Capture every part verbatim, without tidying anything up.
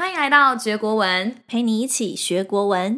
欢迎来到学国文， 陪你一起学国文。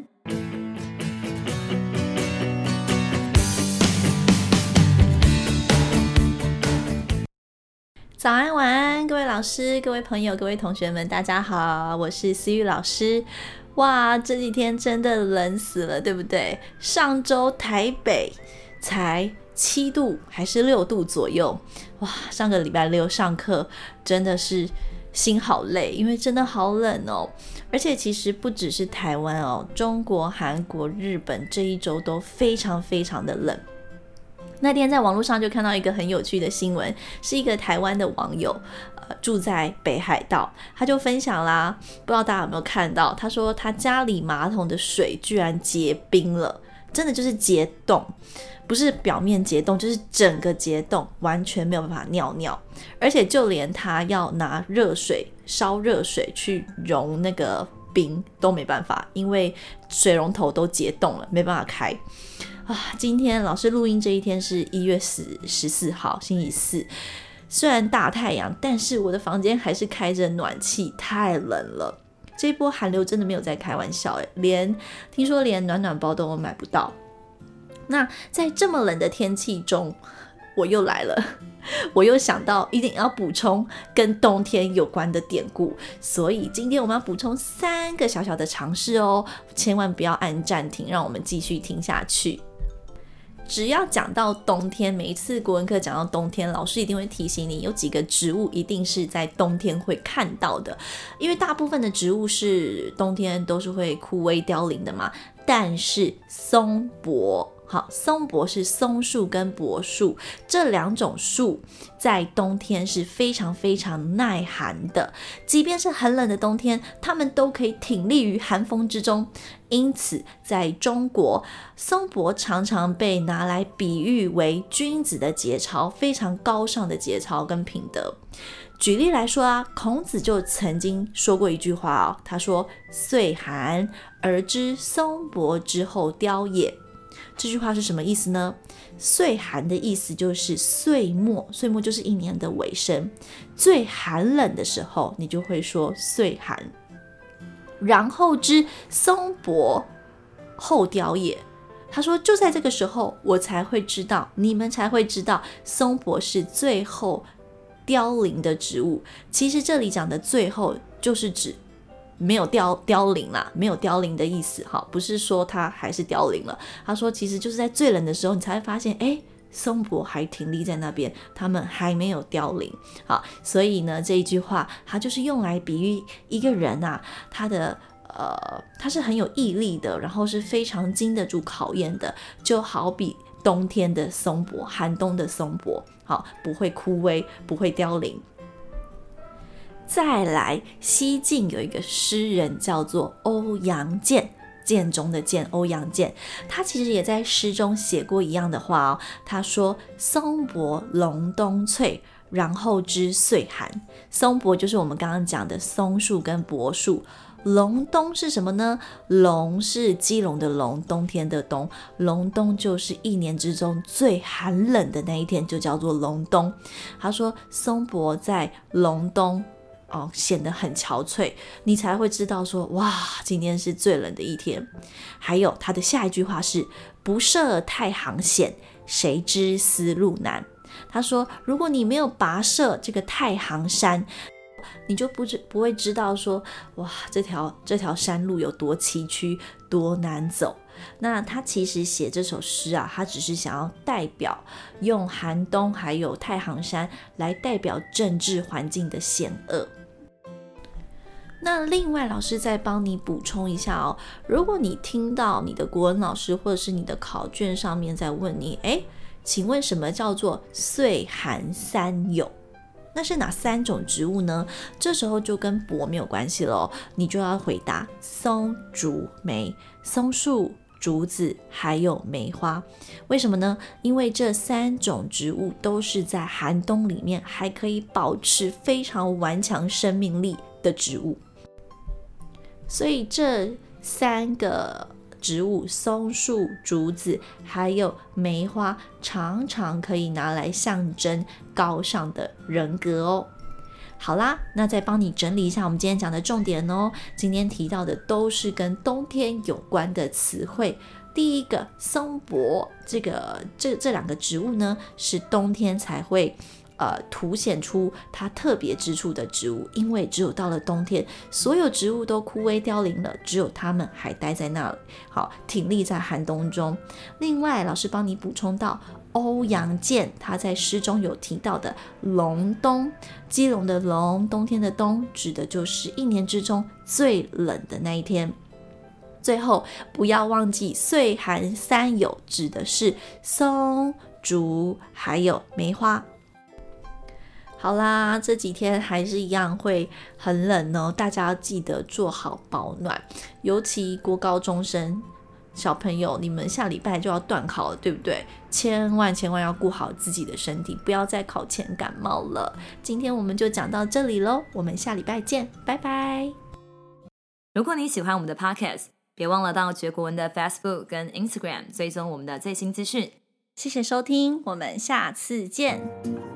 早安晚安，各位老师各位朋友各位同学们大家好，我是思玉老师。哇，这几天真的冷死了，对不对？上周台北才七度还是六度左右，哇，上个礼拜六上课真的是心好累，因为真的好冷哦。而且其实不只是台湾哦，中国、韩国、日本这一周都非常非常的冷。那天在网络上就看到一个很有趣的新闻，是一个台湾的网友、呃、住在北海道，他就分享啦，不知道大家有没有看到，他说他家里马桶的水居然结冰了，真的就是结冻，不是表面结冻，就是整个结冻，完全没有办法尿尿。而且就连他要拿热水烧热水去溶那个冰都没办法，因为水龙头都结冻了，没办法开啊。今天老师录音这一天是一月十四号星期四，虽然大太阳，但是我的房间还是开着暖气，太冷了。这一波寒流真的没有在开玩笑，连听说连暖暖包都买不到。那在这么冷的天气中，我又来了，我又想到一定要补充跟冬天有关的典故，所以今天我们要补充三个小小的常识哦，千万不要按暂停，让我们继续听下去。只要讲到冬天，每一次国文课讲到冬天，老师一定会提醒你有几个植物一定是在冬天会看到的，因为大部分的植物是冬天都是会枯萎凋零的嘛，但是松柏好，松柏是松树跟柏树，这两种树在冬天是非常非常耐寒的，即便是很冷的冬天，它们都可以挺立于寒风之中。因此在中国，松柏常常被拿来比喻为君子的节操，非常高尚的节操跟品德。举例来说啊，孔子就曾经说过一句话哦，他说岁寒而知松柏之后凋也。这句话是什么意思呢？岁寒的意思就是岁末，岁末就是一年的尾声，最寒冷的时候你就会说岁寒。然后知松柏后凋也，他说就在这个时候我才会知道，你们才会知道松柏是最后凋零的植物。其实这里讲的最后就是指没有凋凋零啦，没有凋零的意思哈，不是说它还是凋零了。他说其实就是在最冷的时候，你才会发现，哎，松柏还挺立在那边，它们还没有凋零。好，所以呢，这一句话它就是用来比喻一个人啊，他的呃，他是很有毅力的，然后是非常经得住考验的，就好比冬天的松柏，寒冬的松柏，好，不会枯萎，不会凋零。再来，西晋有一个诗人叫做欧阳健，建中的建，欧阳健，他其实也在诗中写过一样的话哦。他说松柏隆冬翠，然后知岁寒。松柏就是我们刚刚讲的松树跟柏树，隆冬是什么呢？隆是基隆的隆，冬天的冬，隆冬就是一年之中最寒冷的那一天，就叫做隆冬。他说松柏在隆冬哦，显得很憔悴，你才会知道说，哇，今天是最冷的一天。还有他的下一句话是不涉太行险，谁知思路难。他说如果你没有跋涉这个太行山，你就 不, 知不会知道说，哇，这条这条山路有多崎岖多难走。那他其实写这首诗啊，他只是想要代表用寒冬还有太行山来代表政治环境的险恶。那另外老师再帮你补充一下哦，如果你听到你的国文老师或者是你的考卷上面在问你，诶，请问什么叫做岁寒三有？那是哪三种植物呢？这时候就跟柏没有关系了，你就要回答松、竹、梅。松树、竹子还有梅花。为什么呢？因为这三种植物都是在寒冬里面还可以保持非常顽强生命力的植物，所以这三个植物，松树、竹子还有梅花，常常可以拿来象征高尚的人格哦。 好啦，那再帮你整理一下我们今天讲的重点哦。今天提到的都是跟冬天有关的词汇。第一个松柏，这个这这两个植物呢，是冬天才会呃凸显出它特别之处的植物，因为只有到了冬天，所有植物都枯萎凋零了，只有它们还待在那里，好挺立在寒冬中。另外，老师帮你补充到欧阳健他在诗中有提到的隆冬，基隆的隆，冬天的冬，指的就是一年之中最冷的那一天。最后不要忘记岁寒三友，指的是松、竹还有梅花。好啦，这几天还是一样会很冷哦，大家要记得做好保暖，尤其国高中生小朋友，你们下礼拜就要段考了，对不对？千万千万要顾好自己的身体，不要在考前感冒了。今天我们就讲到这里咯，我们下礼拜见，拜拜。 如果你喜欢我们的 Podcast， 别忘了到学国文的 Facebook 跟 Instagram 追踪我们的最新资讯。 谢谢收听，我们下次见。